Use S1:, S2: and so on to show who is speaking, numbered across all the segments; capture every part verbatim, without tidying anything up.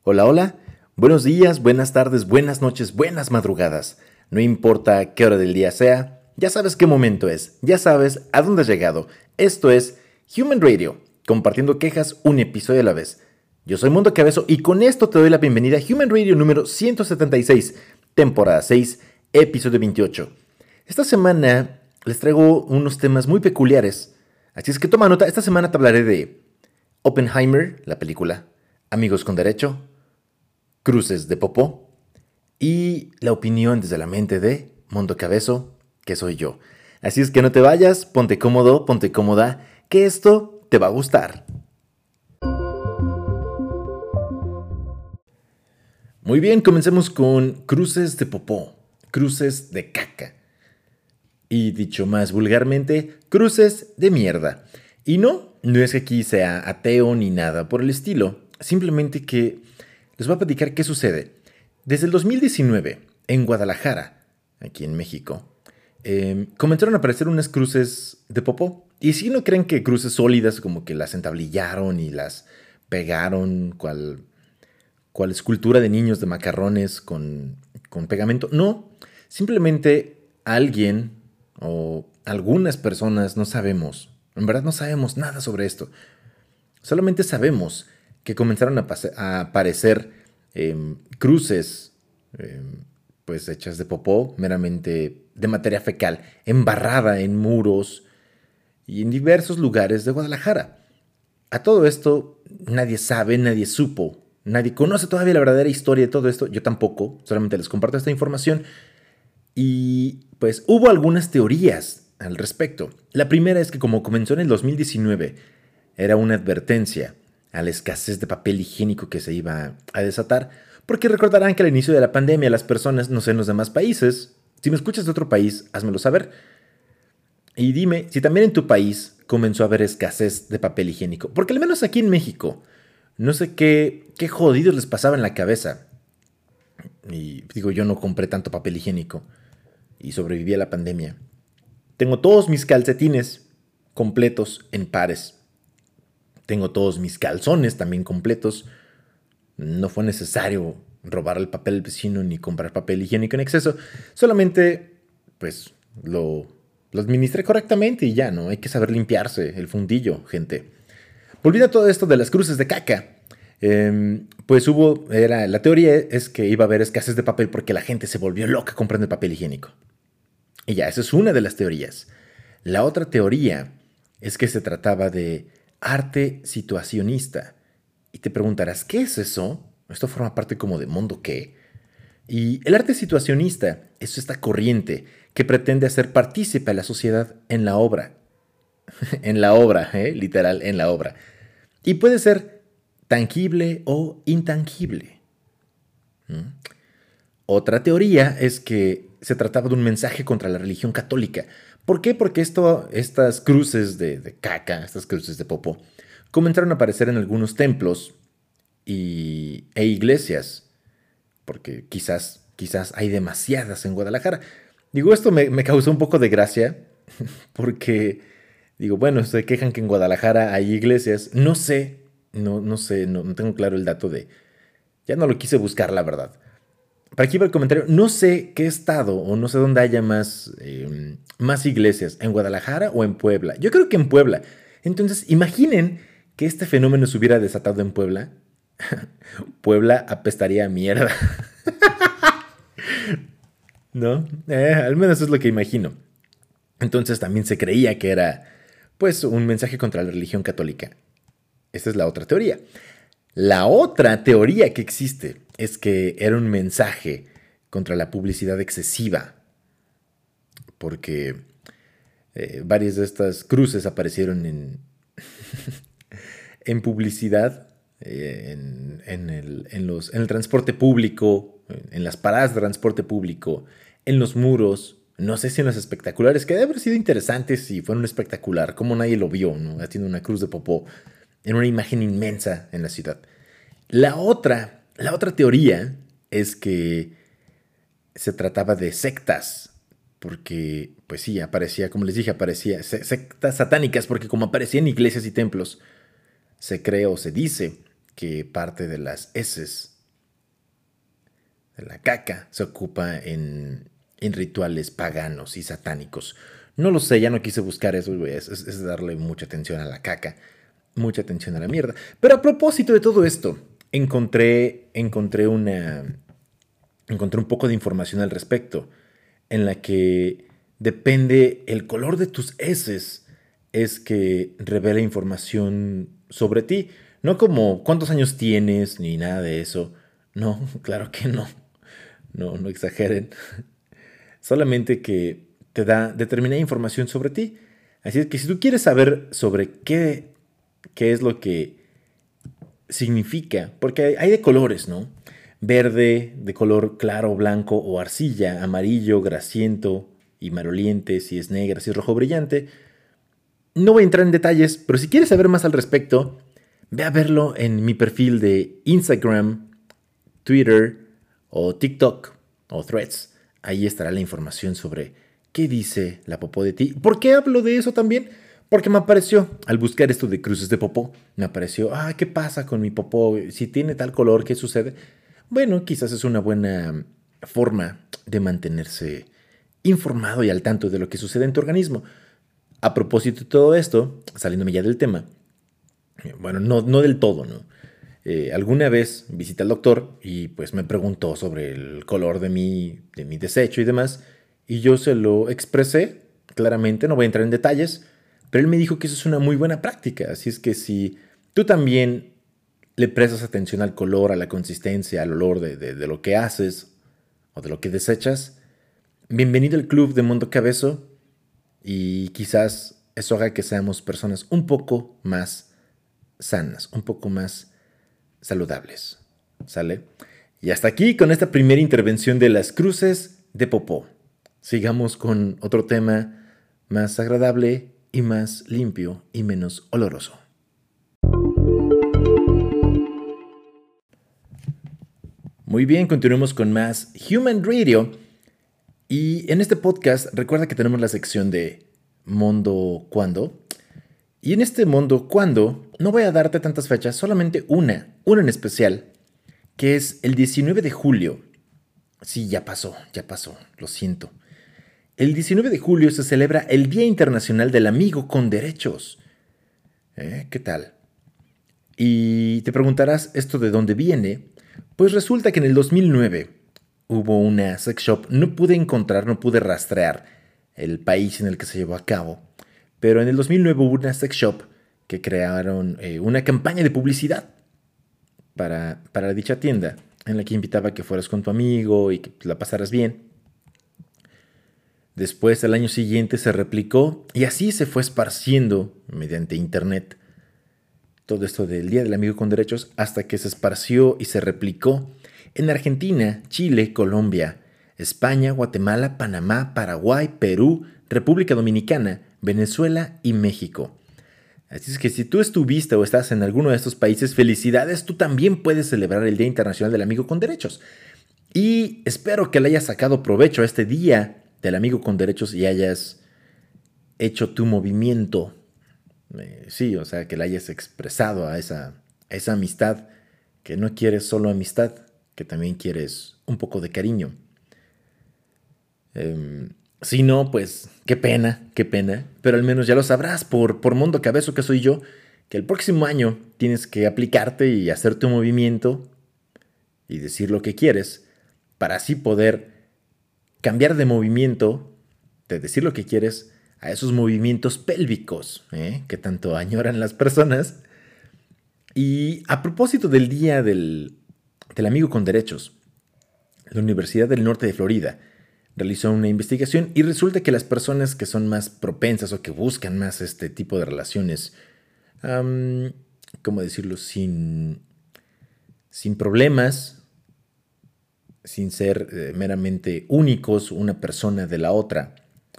S1: Hola, hola. Buenos días, buenas tardes, buenas noches, buenas madrugadas. No importa qué hora del día sea, ya sabes qué momento es, ya sabes a dónde has llegado. Esto es Human Radio, compartiendo quejas un episodio a la vez. Yo soy Mundo Cabezo y con esto te doy la bienvenida a Human Radio número ciento setenta y seis, temporada seis, episodio veintiocho. Esta semana les traigo unos temas muy peculiares, así es que toma nota. Esta semana te hablaré de Oppenheimer, la película, Amigos con Derecho, Cruces de Popó y la opinión desde la mente de Mundo Cabezo, que soy yo. Así es que no te vayas, ponte cómodo, ponte cómoda, que esto te va a gustar. Muy bien, comencemos con Cruces de Popó, Cruces de Caca. Y dicho más vulgarmente, cruces de mierda. Y no, no es que aquí sea ateo ni nada por el estilo, simplemente que les voy a platicar qué sucede. Desde el dos mil diecinueve, en Guadalajara, aquí en México, eh, comenzaron a aparecer unas cruces de popó. Y si no creen que cruces sólidas, como que las entablillaron y las pegaron, cual, cual escultura de niños de macarrones con, con pegamento. No, simplemente alguien o algunas personas, no sabemos, en verdad no sabemos nada sobre esto. Solamente sabemos que comenzaron a, a aparecer eh, cruces eh, pues hechas de popó, meramente de materia fecal, embarrada en muros y en diversos lugares de Guadalajara. A todo esto nadie sabe, nadie supo, nadie conoce todavía la verdadera historia de todo esto. Yo tampoco, solamente les comparto esta información. Y pues hubo algunas teorías al respecto. La primera es que como comenzó en el dos mil diecinueve, era una advertencia a la escasez de papel higiénico que se iba a desatar, porque recordarán que al inicio de la pandemia las personas, no sé, en los demás países, si me escuchas de otro país, házmelo saber, y dime si también en tu país comenzó a haber escasez de papel higiénico, porque al menos aquí en México, no sé qué, qué jodidos les pasaba en la cabeza, y digo, yo no compré tanto papel higiénico, y sobreviví a la pandemia. Tengo todos mis calcetines completos en pares. Tengo todos mis calzones también completos. No fue necesario robar el papel del vecino ni comprar papel higiénico en exceso. Solamente, pues, lo, lo administré correctamente y ya, ¿no? Hay que saber limpiarse el fundillo, gente. Volviendo a todo esto de las cruces de caca. Eh, pues hubo, era, la teoría es que iba a haber escasez de papel porque la gente se volvió loca comprando el papel higiénico. Y ya, esa es una de las teorías. La otra teoría es que se trataba de arte situacionista. Y te preguntarás, ¿qué es eso? Esto forma parte como de mundo qué. Y el arte situacionista es esta corriente que pretende hacer partícipe a la sociedad en la obra. En la obra, ¿eh? Literal, en la obra. Y puede ser tangible o intangible. ¿Mm? Otra teoría es que se trataba de un mensaje contra la religión católica. ¿Por qué? Porque esto, estas cruces de, de caca, estas cruces de popó, comenzaron a aparecer en algunos templos y, e iglesias, porque quizás, quizás hay demasiadas en Guadalajara. Digo, esto me, me causó un poco de gracia, porque, digo, bueno, se quejan que en Guadalajara hay iglesias. No sé, no, no sé, no, no tengo claro el dato de... Ya no lo quise buscar, la verdad. Para aquí va el comentario. No sé qué estado o no sé dónde haya más, eh, más iglesias, en Guadalajara o en Puebla. Yo creo que en Puebla. Entonces, imaginen que este fenómeno se hubiera desatado en Puebla. Puebla apestaría a mierda. ¿No? Eh, al menos es lo que imagino. Entonces también se creía que era, pues, un mensaje contra la religión católica. Esta es la otra teoría. La otra teoría que existe es que era un mensaje contra la publicidad excesiva, porque eh, varias de estas cruces aparecieron en, en publicidad, eh, en, en, el, en, los, en el transporte público, en las paradas de transporte público, en los muros, no sé si en los espectaculares, que debe haber sido interesante si fuera un espectacular, como nadie lo vio, ¿no? Haciendo una cruz de popó en una imagen inmensa en la ciudad. La otra, la otra teoría es que se trataba de sectas, porque, pues sí, aparecía, como les dije, aparecía sectas satánicas, porque como aparecía en iglesias y templos, se cree o se dice que parte de las heces La caca se ocupa en, en rituales paganos y satánicos. No lo sé, ya no quise buscar eso, güey. Es, es, es darle mucha atención a la caca, mucha atención a la mierda. Pero a propósito de todo esto, encontré, encontré una, encontré un poco de información al respecto, en la que depende el color de tus heces, es que revela información sobre ti. No como cuántos años tienes, ni nada de eso. No, claro que no. No, no exageren. Solamente que te da determinada información sobre ti. Así es que si tú quieres saber sobre qué, qué es lo que significa, porque hay, hay de colores, ¿no? Verde, de color claro, blanco o arcilla, amarillo, grasiento y maroliente, si es negra, si es rojo brillante. No voy a entrar en detalles, pero si quieres saber más al respecto, ve a verlo en mi perfil de Instagram, Twitter o TikTok o Threads. Ahí estará la información sobre qué dice la popó de ti. ¿Por qué hablo de eso también? Porque me apareció, al buscar esto de cruces de popó, me apareció, ah, ¿qué pasa con mi popó? Si tiene tal color, ¿qué sucede? Bueno, quizás es una buena forma de mantenerse informado y al tanto de lo que sucede en tu organismo. A propósito de todo esto, saliéndome ya del tema, bueno, no, no del todo, ¿no? Eh, alguna vez visité al doctor y pues me preguntó sobre el color de mi, de mi desecho y demás, y yo se lo expresé claramente, no voy a entrar en detalles, pero él me dijo que eso es una muy buena práctica, así es que si tú también le prestas atención al color, a la consistencia, al olor de, de, de lo que haces o de lo que desechas, bienvenido al club de Mundo Cabezo y quizás eso haga que seamos personas un poco más sanas, un poco más saludables. ¿Sale? Y hasta aquí con esta primera intervención de las cruces de popó. Sigamos con otro tema más agradable y más limpio y menos oloroso. Muy bien, continuemos con más Human Radio. Y en este podcast recuerda que tenemos la sección de Mundo Cuando. Y en este Mundo Cuando no voy a darte tantas fechas, solamente una, una en especial, que es el diecinueve de julio. Sí, ya pasó, ya pasó, lo siento. El diecinueve de julio se celebra el Día Internacional del Amigo con Derechos. ¿Eh? ¿Qué tal? Y te preguntarás esto de dónde viene. Pues resulta que en el dos mil nueve hubo una sex shop, no pude encontrar, no pude rastrear el país en el que se llevó a cabo, pero en el dos mil nueve hubo una sex shop que crearon eh, una campaña de publicidad para, para dicha tienda, en la que invitaba a que fueras con tu amigo y que la pasaras bien. Después, al año siguiente, se replicó y así se fue esparciendo mediante internet todo esto del Día del Amigo con Derechos hasta que se esparció y se replicó en Argentina, Chile, Colombia, España, Guatemala, Panamá, Paraguay, Perú, República Dominicana, Venezuela y México. Así es que si tú estuviste o estás en alguno de estos países, felicidades, tú también puedes celebrar el Día Internacional del Amigo con Derechos. Y espero que le hayas sacado provecho a este Día del Amigo con Derechos y hayas hecho tu movimiento. Eh, sí, o sea, que le hayas expresado a esa, a esa amistad, que no quieres solo amistad, que también quieres un poco de cariño. Eh, si no, pues qué pena, qué pena, pero al menos ya lo sabrás por, por Mundo Cabezo que soy yo, que el próximo año tienes que aplicarte y hacer tu movimiento y decir lo que quieres para así poder cambiar de movimiento, de decir lo que quieres, a esos movimientos pélvicos, ¿eh? Que tanto añoran las personas. Y a propósito del Día del, del Amigo con Derechos, la Universidad del Norte de Florida realizó una investigación y resulta que las personas que son más propensas o que buscan más este tipo de relaciones, um, ¿cómo decirlo? Sin, sin problemas, sin ser eh, meramente únicos una persona de la otra,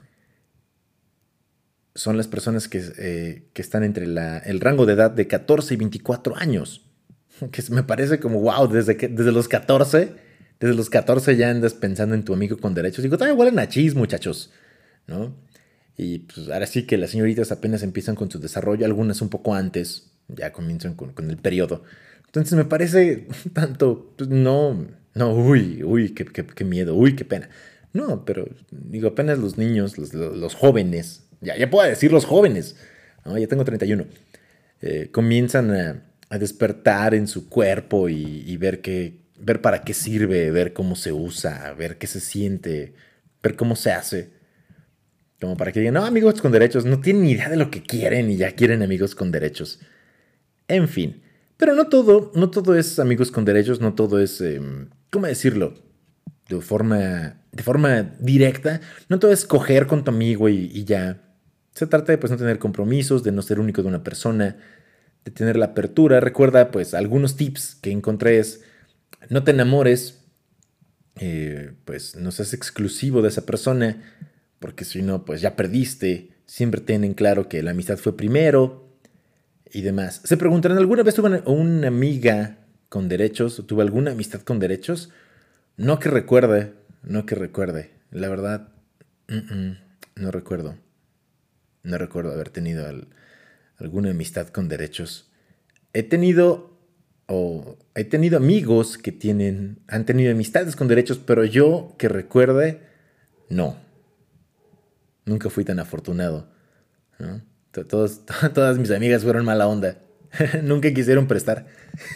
S1: son las personas que, eh, que están entre la, el rango de edad de catorce y veinticuatro años. Que me parece como, wow, desde, que, desde los catorce, desde los catorce ya andas pensando en tu amigo con derechos. Digo, todavía huelen a chis, muchachos, ¿no? Y pues ahora sí que las señoritas apenas empiezan con su desarrollo, algunas un poco antes, ya comienzan con, con el periodo. Entonces me parece tanto, pues, no, No, uy, uy, qué, qué, qué miedo, uy, qué pena. No, pero digo, apenas los niños, los, los, los jóvenes, ya, ya puedo decir los jóvenes, ¿no? Ya tengo treinta y uno, eh, comienzan a, a despertar en su cuerpo y, y ver, qué, ver para qué sirve, ver cómo se usa, ver qué se siente, ver cómo se hace. Como para que digan, no, amigos con derechos, no tienen ni idea de lo que quieren y ya quieren amigos con derechos. En fin, pero no todo, no todo es amigos con derechos, no todo es, eh, ¿cómo decirlo? De forma, de forma directa, no todo es coger con tu amigo y, y ya. Se trata de pues no tener compromisos, de no ser único de una persona, de tener la apertura. Recuerda pues algunos tips que encontré es, no te enamores, eh, pues no seas exclusivo de esa persona, porque si no pues ya perdiste. Siempre ten en claro que la amistad fue primero y demás. Se preguntarán, ¿alguna vez tuve una, una amiga con derechos o tuve alguna amistad con derechos? No que recuerde, no que recuerde. La verdad, mm -mm, no recuerdo. No recuerdo haber tenido al, alguna amistad con derechos. He tenido, o he tenido amigos que tienen, han tenido amistades con derechos, pero yo que recuerde, no. Nunca fui tan afortunado, ¿no? Todos, todas mis amigas fueron mala onda. Nunca quisieron prestar.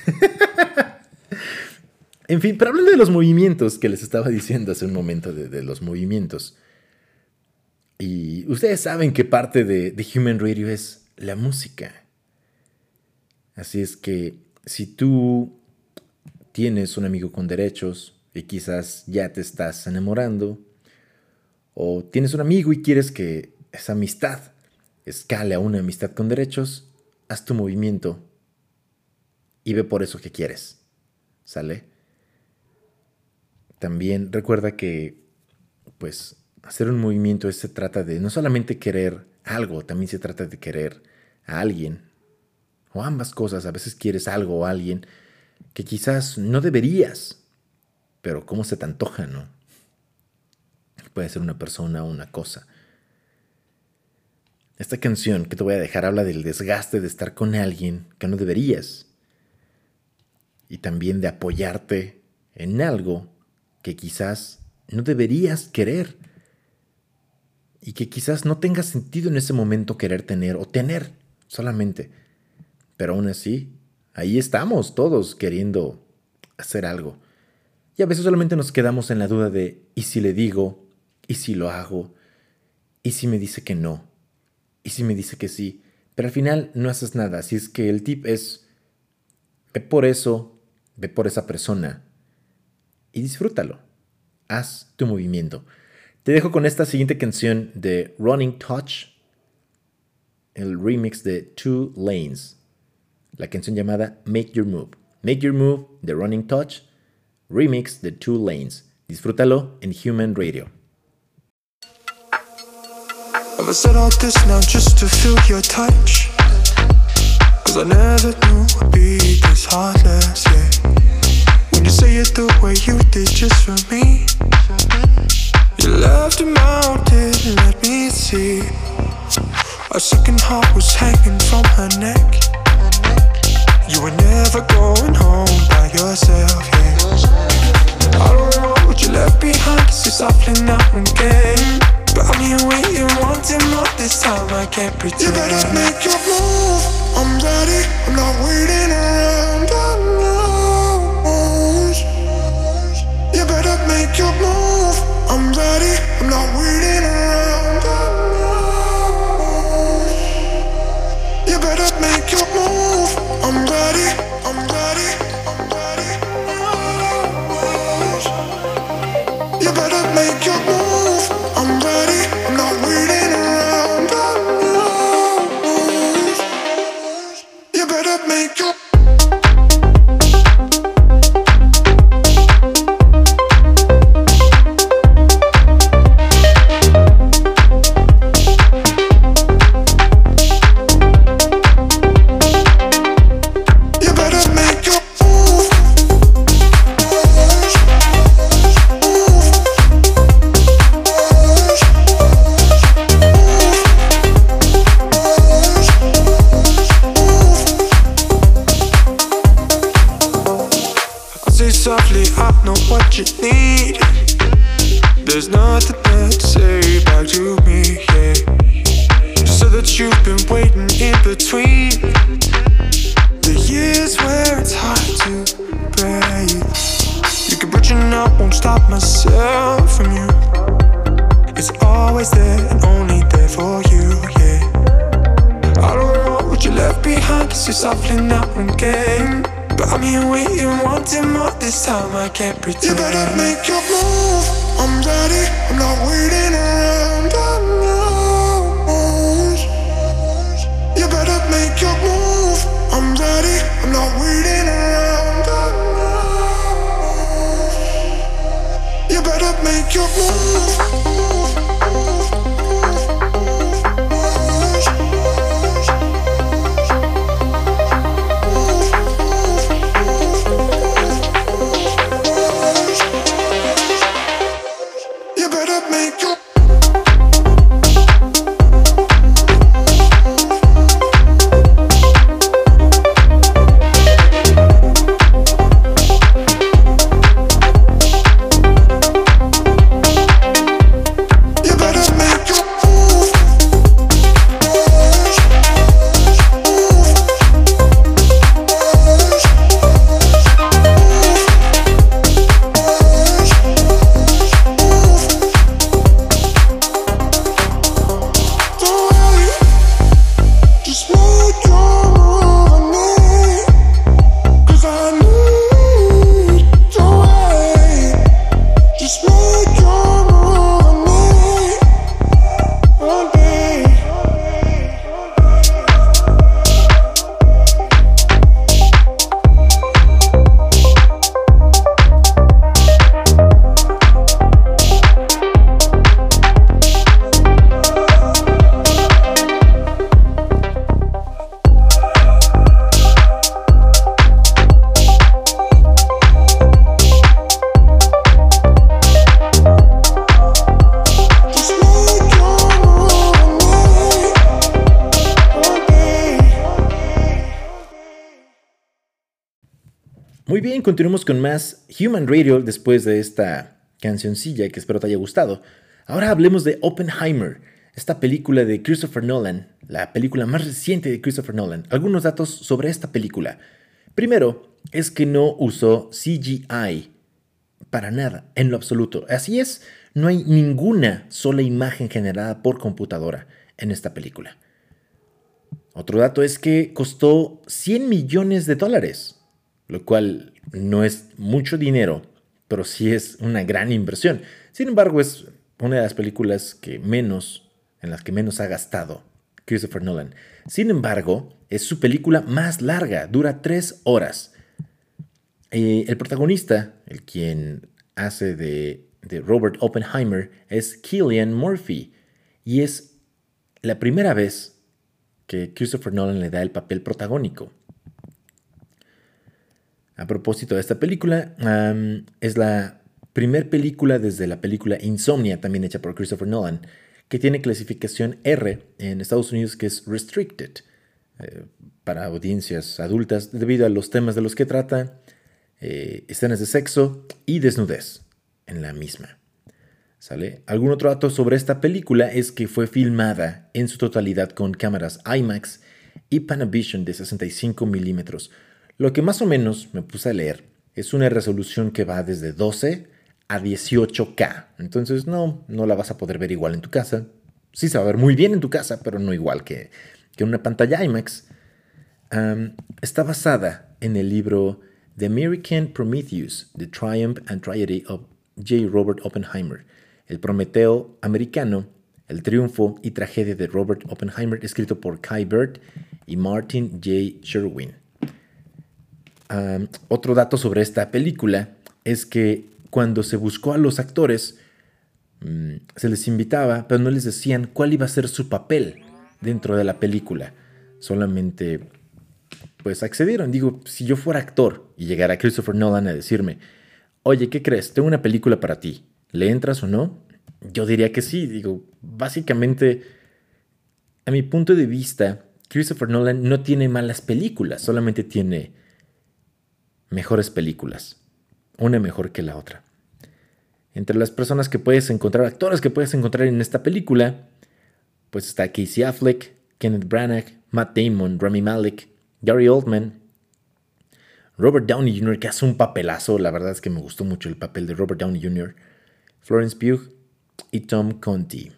S1: En fin, pero hablando de los movimientos que les estaba diciendo hace un momento, de, de los movimientos. Y ustedes saben que parte de, de Human Radio es la música. Así es que si tú tienes un amigo con derechos y quizás ya te estás enamorando, o tienes un amigo y quieres que esa amistad escale a una amistad con derechos, haz tu movimiento y ve por eso que quieres. ¿Sale? También recuerda que, pues, hacer un movimiento es, se trata de no solamente querer algo, también se trata de querer a alguien. O ambas cosas. A veces quieres algo o a alguien que quizás no deberías, pero cómo se te antoja, ¿no? Puede ser una persona o una cosa. Esta canción que te voy a dejar habla del desgaste de estar con alguien que no deberías. Y también de apoyarte en algo que quizás no deberías querer y que quizás no tenga sentido en ese momento querer tener o tener solamente. Pero aún así, ahí estamos todos queriendo hacer algo. Y a veces solamente nos quedamos en la duda de ¿y si le digo? ¿Y si lo hago? ¿Y si me dice que no? ¿Y si me dice que sí? Pero al final no haces nada. Así es que el tip es, ve por eso, ve por esa persona y disfrútalo. Haz tu movimiento. Te dejo con esta siguiente canción de Running Touch, el remix de Two Lanes, la canción llamada Make Your Move. Make Your Move de Running Touch, remix de Two Lanes. Disfrútalo en Human Radio.
S2: Have I said all this now just to feel your touch? Cause I never knew it'd be this heartless, yeah. When you say it the way you did just for me, you left him out, didn't let me see. A second heart was hanging from her neck. You were never going home by yourself, yeah. I don't know what you left behind, cause you're softly now again. But I'm here waiting, wanting more this time, I can't pretend. You better make your move, I'm ready, I'm not waiting around, I'm lost. You better make your move, I'm ready, I'm not waiting around, I'm lost. You better make your move, I'm ready, I'm ready, I'm ready, I'm lost. You better make your move, I'm ready, I'm not waiting around, I'm lost. You better make your say softly, I know what you need. There's nothing there to say back to me, yeah. Just so that you've been waiting in between the years where it's hard to breathe. You keep reaching out, won't stop myself from you. It's always there and only there for you, yeah. I don't know what you left behind, cause you're softly now again. But I'm here waiting, wanting more, this time I can't pretend. You better make your move, I'm ready, I'm not waiting around, I know. You better make your move, I'm ready, I'm not waiting around, I know. You better make your move.
S1: Muy bien, continuamos con más Human Radio después de esta cancioncilla que espero te haya gustado. Ahora hablemos de Oppenheimer, esta película de Christopher Nolan, la película más reciente de Christopher Nolan. Algunos datos sobre esta película. Primero, es que no usó C G I para nada, en lo absoluto. Así es, no hay ninguna sola imagen generada por computadora en esta película. Otro dato es que costó cien millones de dólares. Lo cual no es mucho dinero, pero sí es una gran inversión. Sin embargo, es una de las películas que menos, en las que menos ha gastado Christopher Nolan. Sin embargo, es su película más larga, dura tres horas. Eh, el protagonista, el quien hace de, de Robert Oppenheimer, es Cillian Murphy. Y es la primera vez que Christopher Nolan le da el papel protagónico. A propósito de esta película, um, es la primera película desde la película Insomnia, también hecha por Christopher Nolan, que tiene clasificación R en Estados Unidos, que es Restricted, eh, para audiencias adultas, debido a los temas de los que trata, eh, escenas de sexo y desnudez en la misma. ¿Sale? Algún otro dato sobre esta película es que fue filmada en su totalidad con cámaras IMAX y Panavision de sesenta y cinco milímetros. Lo que más o menos me puse a leer es una resolución que va desde doce a dieciocho K. Entonces no, no la vas a poder ver igual en tu casa. Sí se va a ver muy bien en tu casa, pero no igual que, que una pantalla IMAX. Um, está basada en el libro The American Prometheus, The Triumph and Tragedy of J. Robert Oppenheimer. El Prometeo americano, el triunfo y tragedia de Robert Oppenheimer, escrito por Kai Bird y Martin J. Sherwin. Um, otro dato sobre esta película es que cuando se buscó a los actores, um, se les invitaba, pero no les decían cuál iba a ser su papel dentro de la película. Solamente, pues accedieron. Digo, si yo fuera actor y llegara Christopher Nolan a decirme, oye, ¿qué crees? Tengo una película para ti. ¿Le entras o no? Yo diría que sí. Digo, básicamente, a mi punto de vista, Christopher Nolan no tiene malas películas, solamente tiene mejores películas. una mejor que la otra. Entre las personas que puedes encontrar, actores que puedes encontrar en esta película, pues está Casey Affleck, Kenneth Branagh, Matt Damon, Rami Malek, Gary Oldman, Robert Downey junior, que hace un papelazo. La verdad es que me gustó mucho el papel de Robert Downey junior, Florence Pugh y Tom Conti.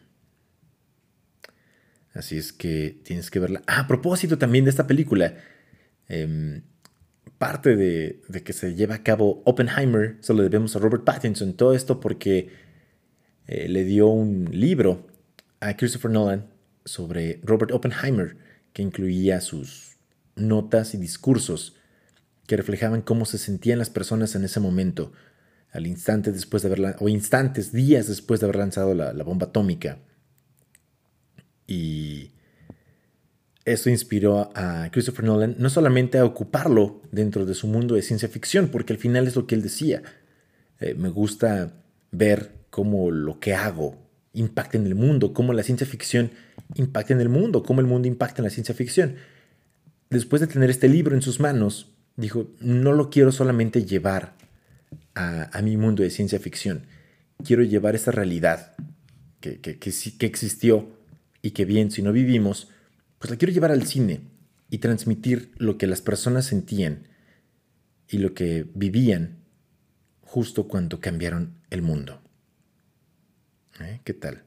S1: Así es que tienes que verla. Ah, a propósito también de esta película, eh, parte de, de que se lleva a cabo Oppenheimer se lo debemos a Robert Pattinson. Todo esto porque eh, le dio un libro a Christopher Nolan sobre Robert Oppenheimer, que incluía sus notas y discursos que reflejaban cómo se sentían las personas en ese momento, al instante después de haber, o instantes, días después de haber lanzado la, la bomba atómica. Y eso inspiró a Christopher Nolan no solamente a ocuparlo dentro de su mundo de ciencia ficción, porque al final es lo que él decía. Eh, me gusta ver cómo lo que hago impacta en el mundo, cómo la ciencia ficción impacta en el mundo, cómo el mundo impacta en la ciencia ficción. Después de tener este libro en sus manos, dijo, no lo quiero solamente llevar a, a mi mundo de ciencia ficción. Quiero llevar esa realidad que, que, que, que existió y que bien, si no vivimos, pues la quiero llevar al cine y transmitir lo que las personas sentían y lo que vivían justo cuando cambiaron el mundo. ¿Eh? ¿Qué tal?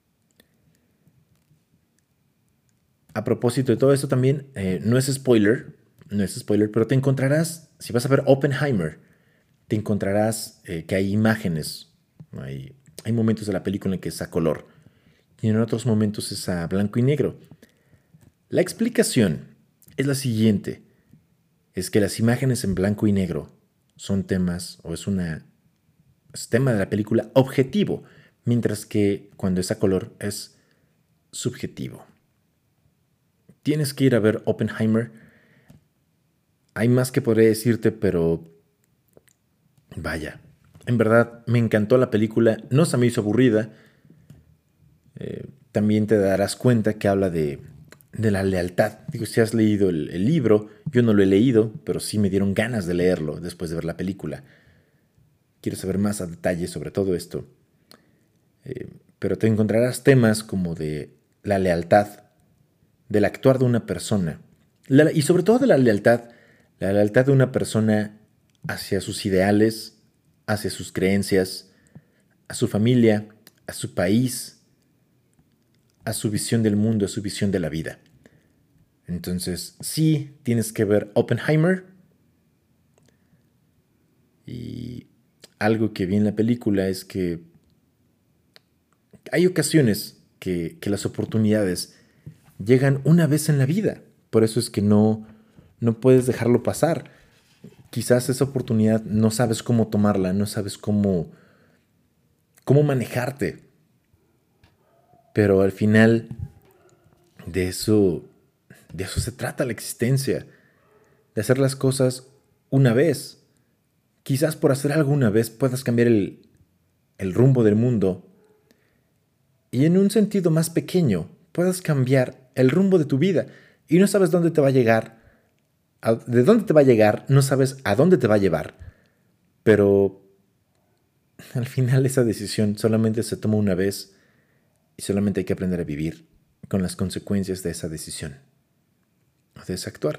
S1: A propósito de todo esto también, eh, no es spoiler, no es spoiler, pero te encontrarás, si vas a ver Oppenheimer, te encontrarás eh, que hay imágenes, hay, hay momentos de la película en que es a color y en otros momentos es a blanco y negro. La explicación es la siguiente, es que las imágenes en blanco y negro son temas, o es una es tema de la película objetivo, mientras que cuando es a color es subjetivo. Tienes que ir a ver Oppenheimer. Hay más que podría decirte, pero vaya, en verdad me encantó la película, no se me hizo aburrida. Eh, también te darás cuenta que habla de, de la lealtad. Digo, si has leído el, el libro, yo no lo he leído, pero sí me dieron ganas de leerlo después de ver la película. Quiero saber más a detalle sobre todo esto. Eh, pero te encontrarás temas como de la lealtad, del actuar de una persona, la, y sobre todo de la lealtad, la lealtad de una persona hacia sus ideales, hacia sus creencias, a su familia, a su país, a su visión del mundo, a su visión de la vida. Entonces, sí, tienes que ver Oppenheimer. Y algo que vi en la película es que hay ocasiones que, que las oportunidades llegan una vez en la vida. Por eso es que no, no puedes dejarlo pasar. Quizás esa oportunidad no sabes cómo tomarla, no sabes cómo, cómo manejarte. Pero al final de eso, de eso se trata la existencia. De hacer las cosas una vez. Quizás por hacer algo una vez puedas cambiar el, el rumbo del mundo. Y en un sentido más pequeño, puedas cambiar el rumbo de tu vida. Y no sabes dónde te va a llegar. A, de dónde te va a llegar, no sabes a dónde te va a llevar. Pero al final esa decisión solamente se toma una vez. Y solamente hay que aprender a vivir con las consecuencias de esa decisión. O de ese actuar.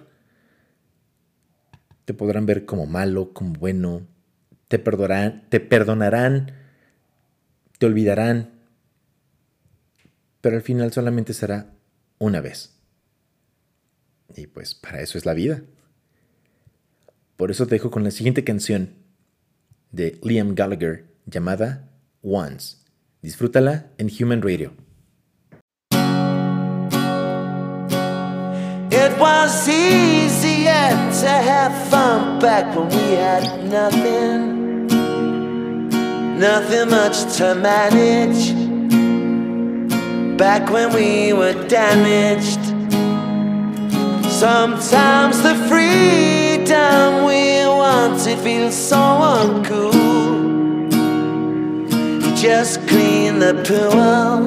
S1: Te podrán ver como malo, como bueno. Te perdonarán, te perdonarán. Te olvidarán. Pero al final solamente será una vez. Y pues para eso es la vida. Por eso te dejo con la siguiente canción de Liam Gallagher llamada Once. Disfrútala en Human Radio.
S3: It was easier to have fun back when we had nothing, nothing much to manage, back when we were damaged. Sometimes the freedom we wanted feels so uncool. Just clean the pool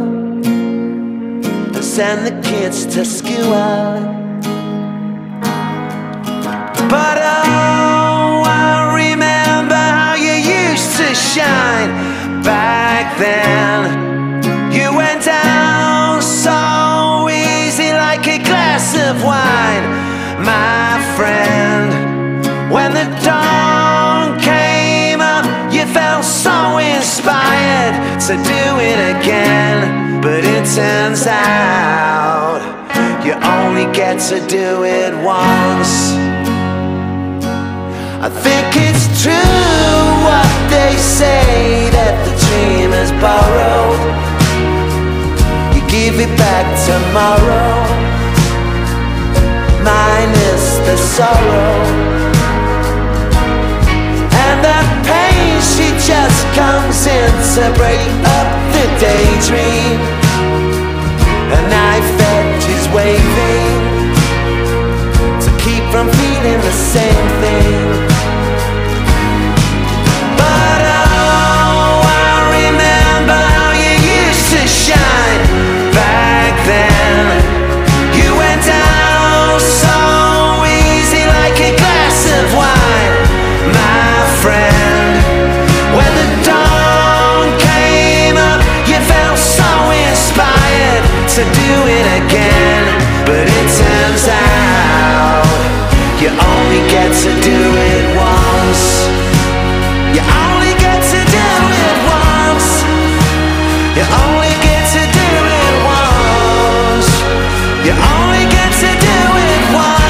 S3: and send the kids to school. But oh, I remember how you dawn came up, you felt so inspired to do it again. But it turns out you only get to do it once. I think it's true what they say, that the dream is borrowed. You give it back tomorrow, minus the sorrow. And that pain, she just comes in to break up the daydream. A knife edge is waving to keep from feeling the same thing. But oh, I remember how you used to shine back then. You went down so easy like a glass of wine, my friend. When the dawn came up, you felt so inspired to do it again. But it turns out you only get to do it once. You only get to do it once. You only get to do it once. You only get to do it once.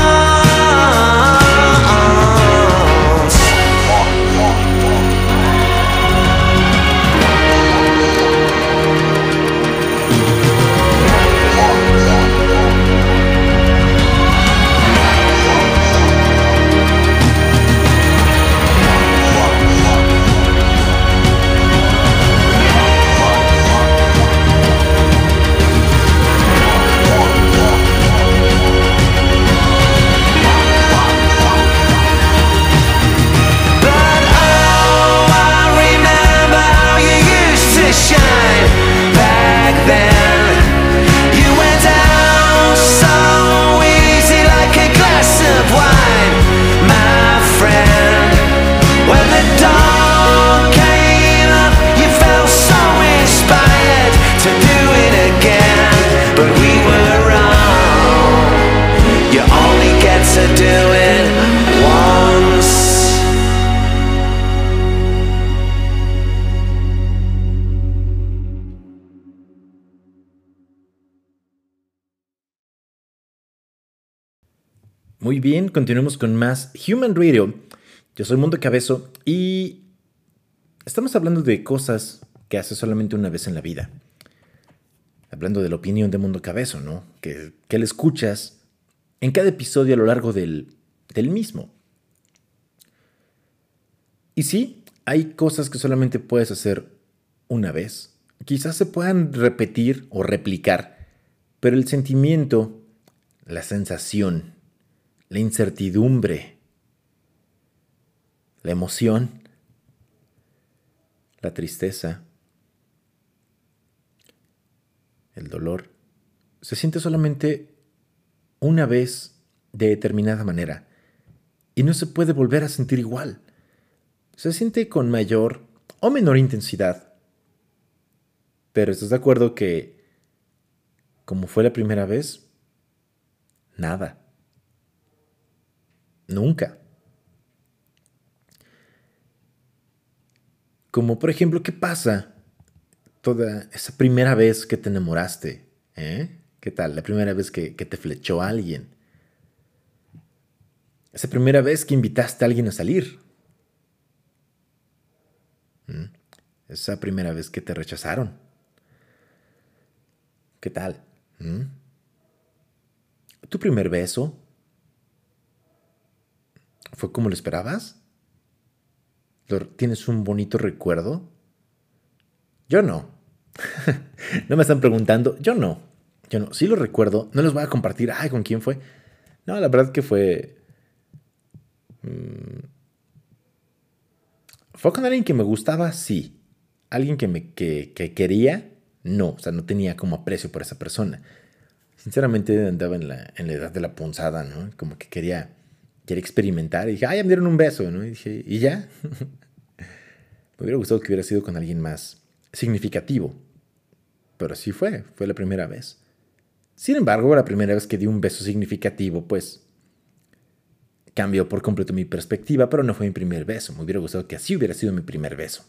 S1: Muy bien, continuemos con más Human Radio. Yo soy Mundo Cabezo y estamos hablando de cosas que haces solamente una vez en la vida. Hablando de la opinión de Mundo Cabezo, ¿no? Que, que le escuchas en cada episodio a lo largo del, del mismo. Y sí, hay cosas que solamente puedes hacer una vez. Quizás se puedan repetir o replicar, pero el sentimiento, la sensación, la incertidumbre, la emoción, la tristeza, el dolor, se siente solamente una vez de determinada manera y no se puede volver a sentir igual. Se siente con mayor o menor intensidad. Pero ¿estás de acuerdo que, como fue la primera vez, nada? Nunca. Como por ejemplo, ¿qué pasa toda esa primera vez que te enamoraste? ¿Eh? ¿Qué tal? La primera vez que, que te flechó a alguien. Esa primera vez que invitaste a alguien a salir. ¿Mm? Esa primera vez que te rechazaron. ¿Qué tal? ¿Mm? ¿Tu primer beso fue como lo esperabas? ¿Tienes un bonito recuerdo? Yo no. No me están preguntando. Yo no. Yo no. Sí lo recuerdo. No les voy a compartir. Ay, ¿con quién fue? No, la verdad que fue... Mmm, ¿Fue con alguien que me gustaba? Sí. ¿Alguien que me que, que quería? No. O sea, no tenía como aprecio por esa persona. Sinceramente andaba en la, en la edad de la punzada, ¿no? Como que quería... Quería experimentar y dije, ay, ya me dieron un beso, ¿no? Y dije, ¿y ya? Me hubiera gustado que hubiera sido con alguien más significativo. Pero sí fue, fue la primera vez. Sin embargo, la primera vez que di un beso significativo, pues, cambió por completo mi perspectiva, pero no fue mi primer beso. Me hubiera gustado que así hubiera sido mi primer beso.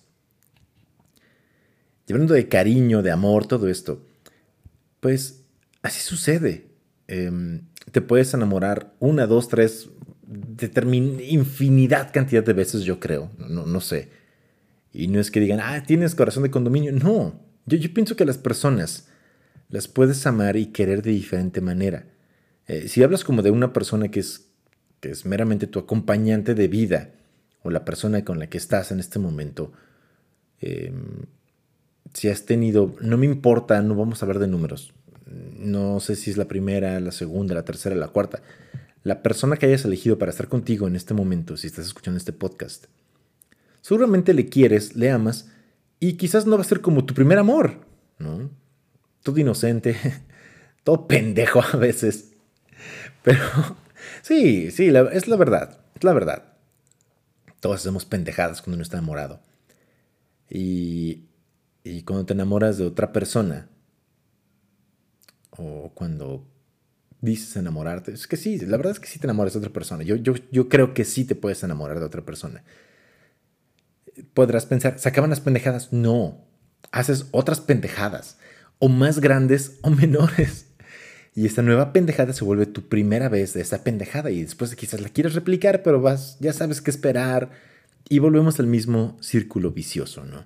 S1: Y hablando de cariño, de amor, todo esto, pues así sucede. Eh, te puedes enamorar una, dos, tres, determin- infinidad cantidad de veces, yo creo. No, no sé. Y no es que digan, ah, tienes corazón de condominio. No, yo, yo pienso que las personas las puedes amar y querer de diferente manera. Eh, si hablas como de una persona que es, que es meramente tu acompañante de vida, o la persona con la que estás en este momento, eh, si has tenido, no me importa, no vamos a hablar de números. No sé si es la primera, la segunda, la tercera, la cuarta. La persona que hayas elegido para estar contigo en este momento, si estás escuchando este podcast, seguramente le quieres, le amas, y quizás no va a ser como tu primer amor, ¿no? Todo inocente, todo pendejo a veces. Pero sí, sí, la, es la verdad, es la verdad. Todos hacemos pendejadas cuando uno está enamorado. Y, y cuando te enamoras de otra persona, o cuando dices enamorarte, es que sí, la verdad es que sí te enamoras de otra persona. Yo, yo, yo creo que sí te puedes enamorar de otra persona. Podrás pensar, ¿se acaban las pendejadas? No, haces otras pendejadas, o más grandes o menores. Y esta nueva pendejada se vuelve tu primera vez de esa pendejada, y después quizás la quieres replicar, pero vas, ya sabes qué esperar, y volvemos al mismo círculo vicioso, ¿no?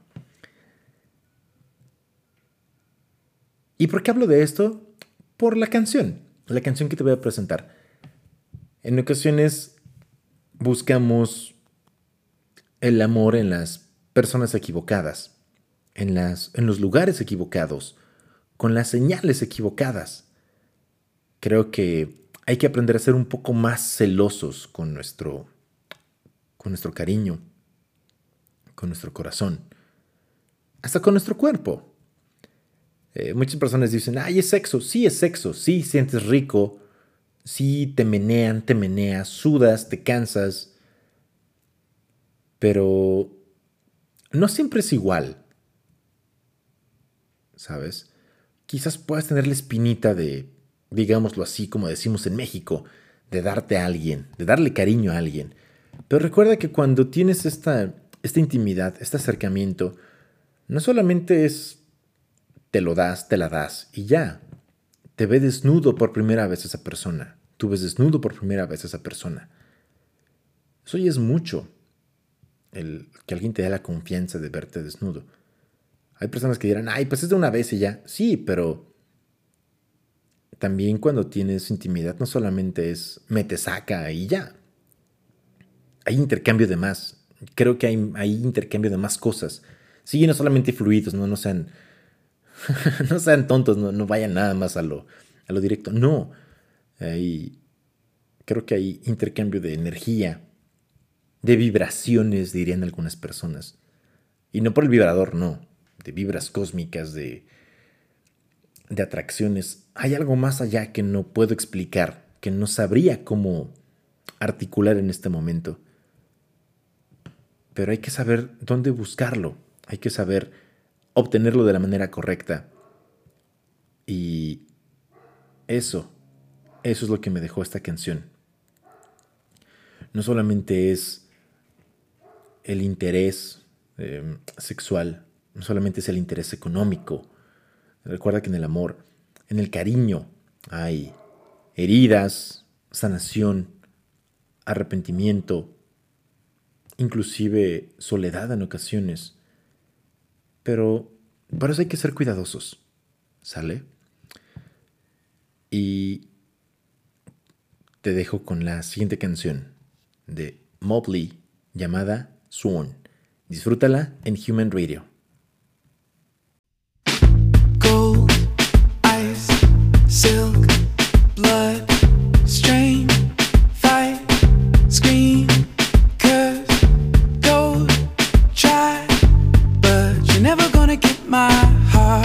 S1: ¿Y por qué hablo de esto? Por la canción, la canción que te voy a presentar. En ocasiones buscamos el amor en las personas equivocadas, en, las, en los lugares equivocados, con las señales equivocadas. Creo que hay que aprender a ser un poco más celosos con nuestro, con nuestro cariño, con nuestro corazón, hasta con nuestro cuerpo. Eh, muchas personas dicen, ay, es sexo. Sí, es sexo. Sí, sientes rico. Sí, te menean, te meneas, sudas, te cansas. Pero no siempre es igual, ¿sabes? Quizás puedas tener la espinita de, digámoslo así, como decimos en México, de darte a alguien, de darle cariño a alguien. Pero recuerda que cuando tienes esta, esta intimidad, este acercamiento, no solamente es te lo das, te la das y ya. Te ve desnudo por primera vez esa persona. Tú ves desnudo por primera vez esa persona. Eso ya es mucho. El que alguien te dé la confianza de verte desnudo. Hay personas que dirán, ay, pues es de una vez y ya. Sí, pero también cuando tienes intimidad no solamente es me te saca y ya. Hay intercambio de más. Creo que hay, hay intercambio de más cosas. Sí, no solamente fluidos, no, no sean... no sean tontos, no, no vayan nada más a lo, a lo directo. No, hay, creo que hay intercambio de energía, de vibraciones, dirían algunas personas. Y no por el vibrador, no. De vibras cósmicas, de, de atracciones. Hay algo más allá que no puedo explicar, que no sabría cómo articular en este momento. Pero hay que saber dónde buscarlo. Hay que saber obtenerlo de la manera correcta. Y eso, eso es lo que me dejó esta canción. No solamente es el interés eh, sexual, no solamente es el interés económico. Recuerda que en el amor, en el cariño, hay heridas, sanación, arrepentimiento, inclusive soledad en ocasiones. Pero por eso hay que ser cuidadosos, ¿sale? Y te dejo con la siguiente canción de Mobley llamada Sworn. Disfrútala en Human Radio.
S2: Gold, ice, silk, blood, strain, fight, scream, curse, gold, try, but you're never gonna get my heart.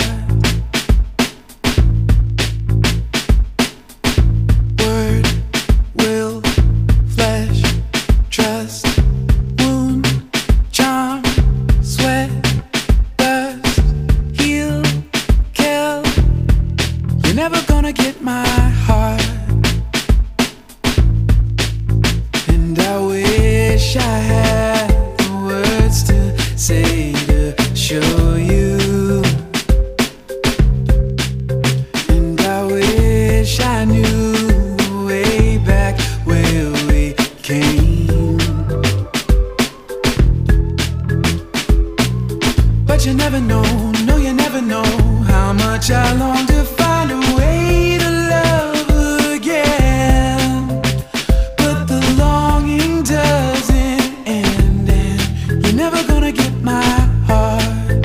S2: Word, will, flesh, trust, wound, charm, sweat, dust, heal, kill. You're never gonna get my you never know, no, you never know how much I long to find a way to love again. But the longing doesn't end, and you're never gonna get my heart.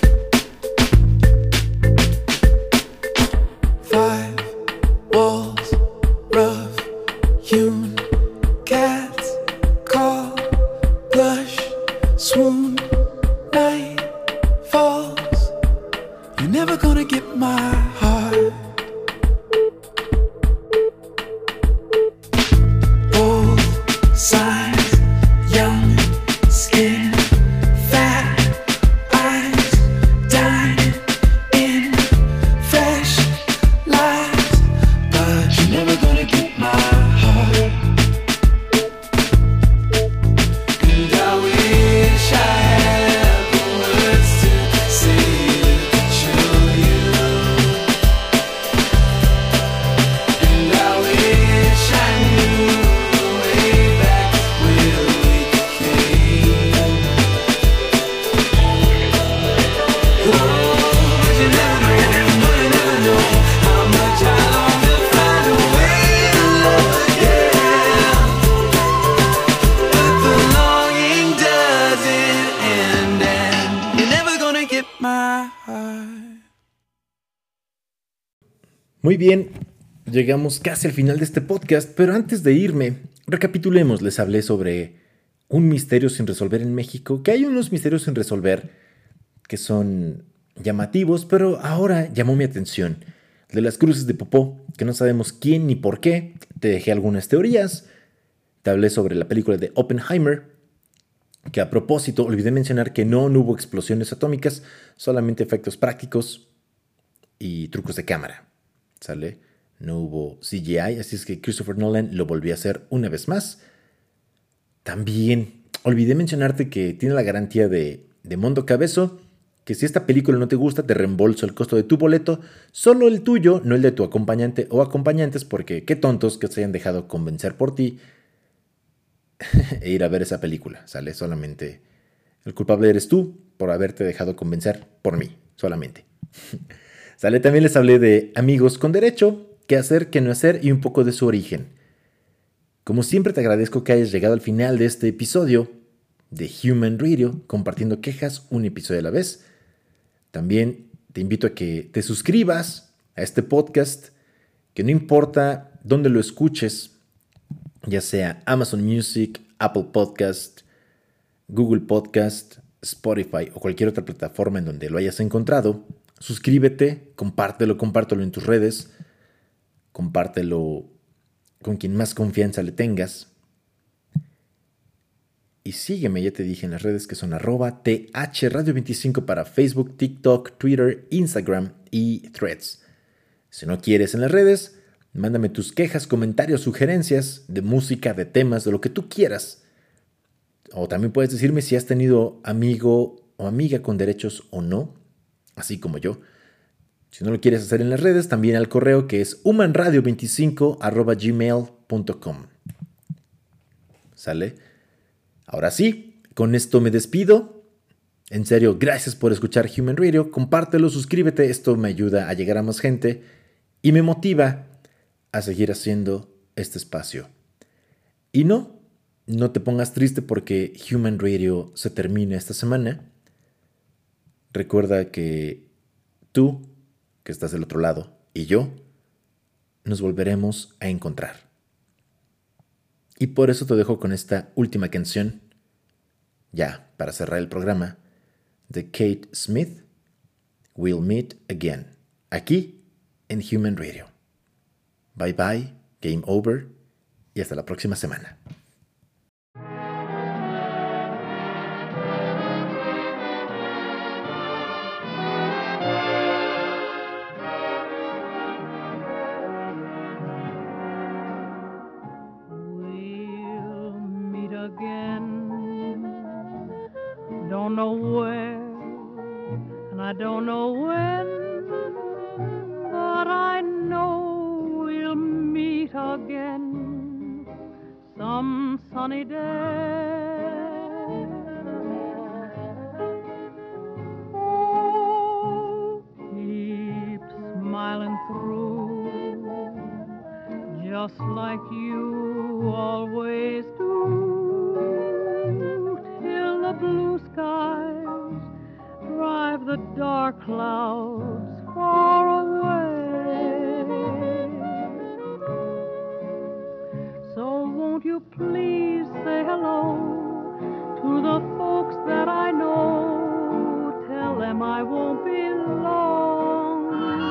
S2: Five walls, rough hewn, cats call, blush, swoon, night falls. You're never gonna get my heart. Old signs, young skin, fat eyes, dying in fresh lies. But you're never gonna get my heart. And I wish I had the words to say to show you. And I wish I knew the way back where we came. Oh, but you never know, no, you never know how much I long to find a way to love again. But the longing doesn't end, and you're never gonna get my heart.
S1: Muy bien, llegamos casi al final de este podcast, pero antes de irme, recapitulemos. Les hablé sobre un misterio sin resolver en México, que hay unos misterios sin resolver que son llamativos, pero ahora llamó mi atención. De las cruces de Popó, que no sabemos quién ni por qué. Te dejé algunas teorías. Te hablé sobre la película de Oppenheimer, que a propósito olvidé mencionar que no, no hubo explosiones atómicas, solamente efectos prácticos y trucos de cámara. ¿Sale? No hubo C G I, así es que Christopher Nolan lo volvió a hacer una vez más. También olvidé mencionarte que tiene la garantía de, de Mondo Cabezo, que si esta película no te gusta, te reembolso el costo de tu boleto, solo el tuyo, no el de tu acompañante o acompañantes, porque qué tontos que se hayan dejado convencer por ti e ir a ver esa película, ¿sale? Solamente el culpable eres tú por haberte dejado convencer por mí, solamente. ¿Sale? También les hablé de Amigos con Derecho, qué hacer, qué no hacer y un poco de su origen. Como siempre te agradezco que hayas llegado al final de este episodio de Human Radio, compartiendo quejas un episodio a la vez. También te invito a que te suscribas a este podcast, que no importa dónde lo escuches, ya sea Amazon Music, Apple Podcast, Google Podcast, Spotify o cualquier otra plataforma en donde lo hayas encontrado, suscríbete, compártelo, compártelo en tus redes, compártelo con quien más confianza le tengas. Y sígueme, ya te dije en las redes que son arroba T H Radio veinticinco para Facebook, TikTok, Twitter, Instagram y Threads. Si no quieres en las redes, mándame tus quejas, comentarios, sugerencias de música, de temas, de lo que tú quieras. O también puedes decirme si has tenido amigo o amiga con derechos o no, así como yo. Si no lo quieres hacer en las redes, también al correo que es humanradio veinticinco arroba gmail punto com. ¿Sale? Ahora sí, con esto me despido. En serio, gracias por escuchar Human Radio. Compártelo, suscríbete. Esto me ayuda a llegar a más gente y me motiva a seguir haciendo este espacio. Y no, no te pongas triste porque Human Radio se termina esta semana. Recuerda que tú, que estás del otro lado, y yo, nos volveremos a encontrar. Y por eso te dejo con esta última canción, ya para cerrar el programa, de Kate Smith, We'll Meet Again, aquí en Human Radio. Bye bye, game over, y hasta la próxima semana.
S4: Don't know where, and I don't know when, but I know we'll meet again some sunny day. like you always do, till the blue skies drive the dark clouds far away. So won't you please say hello to the folks that I know, tell them I won't be long.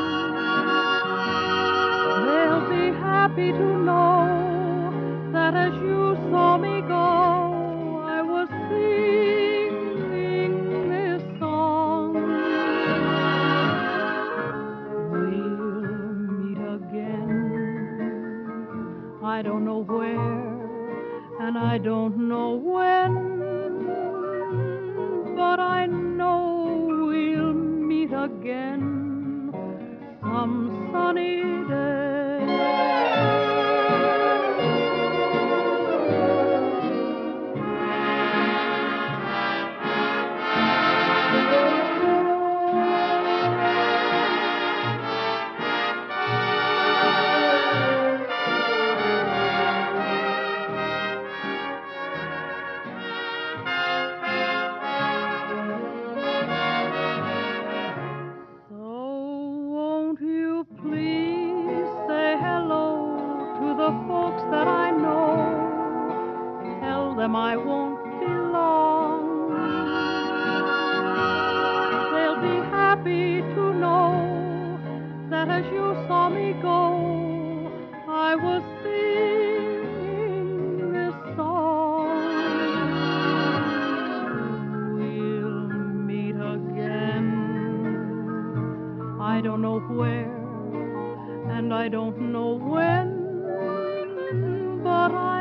S4: They'll be happy to know that as you saw me go, I was singing this song. We'll meet again, I don't know where, and I don't know when, but I know we'll meet again some sunny day. Them I won't be long. They'll be happy to know that as you saw me go, I was singing this song. We'll meet again, I don't know where, and I don't know when, but I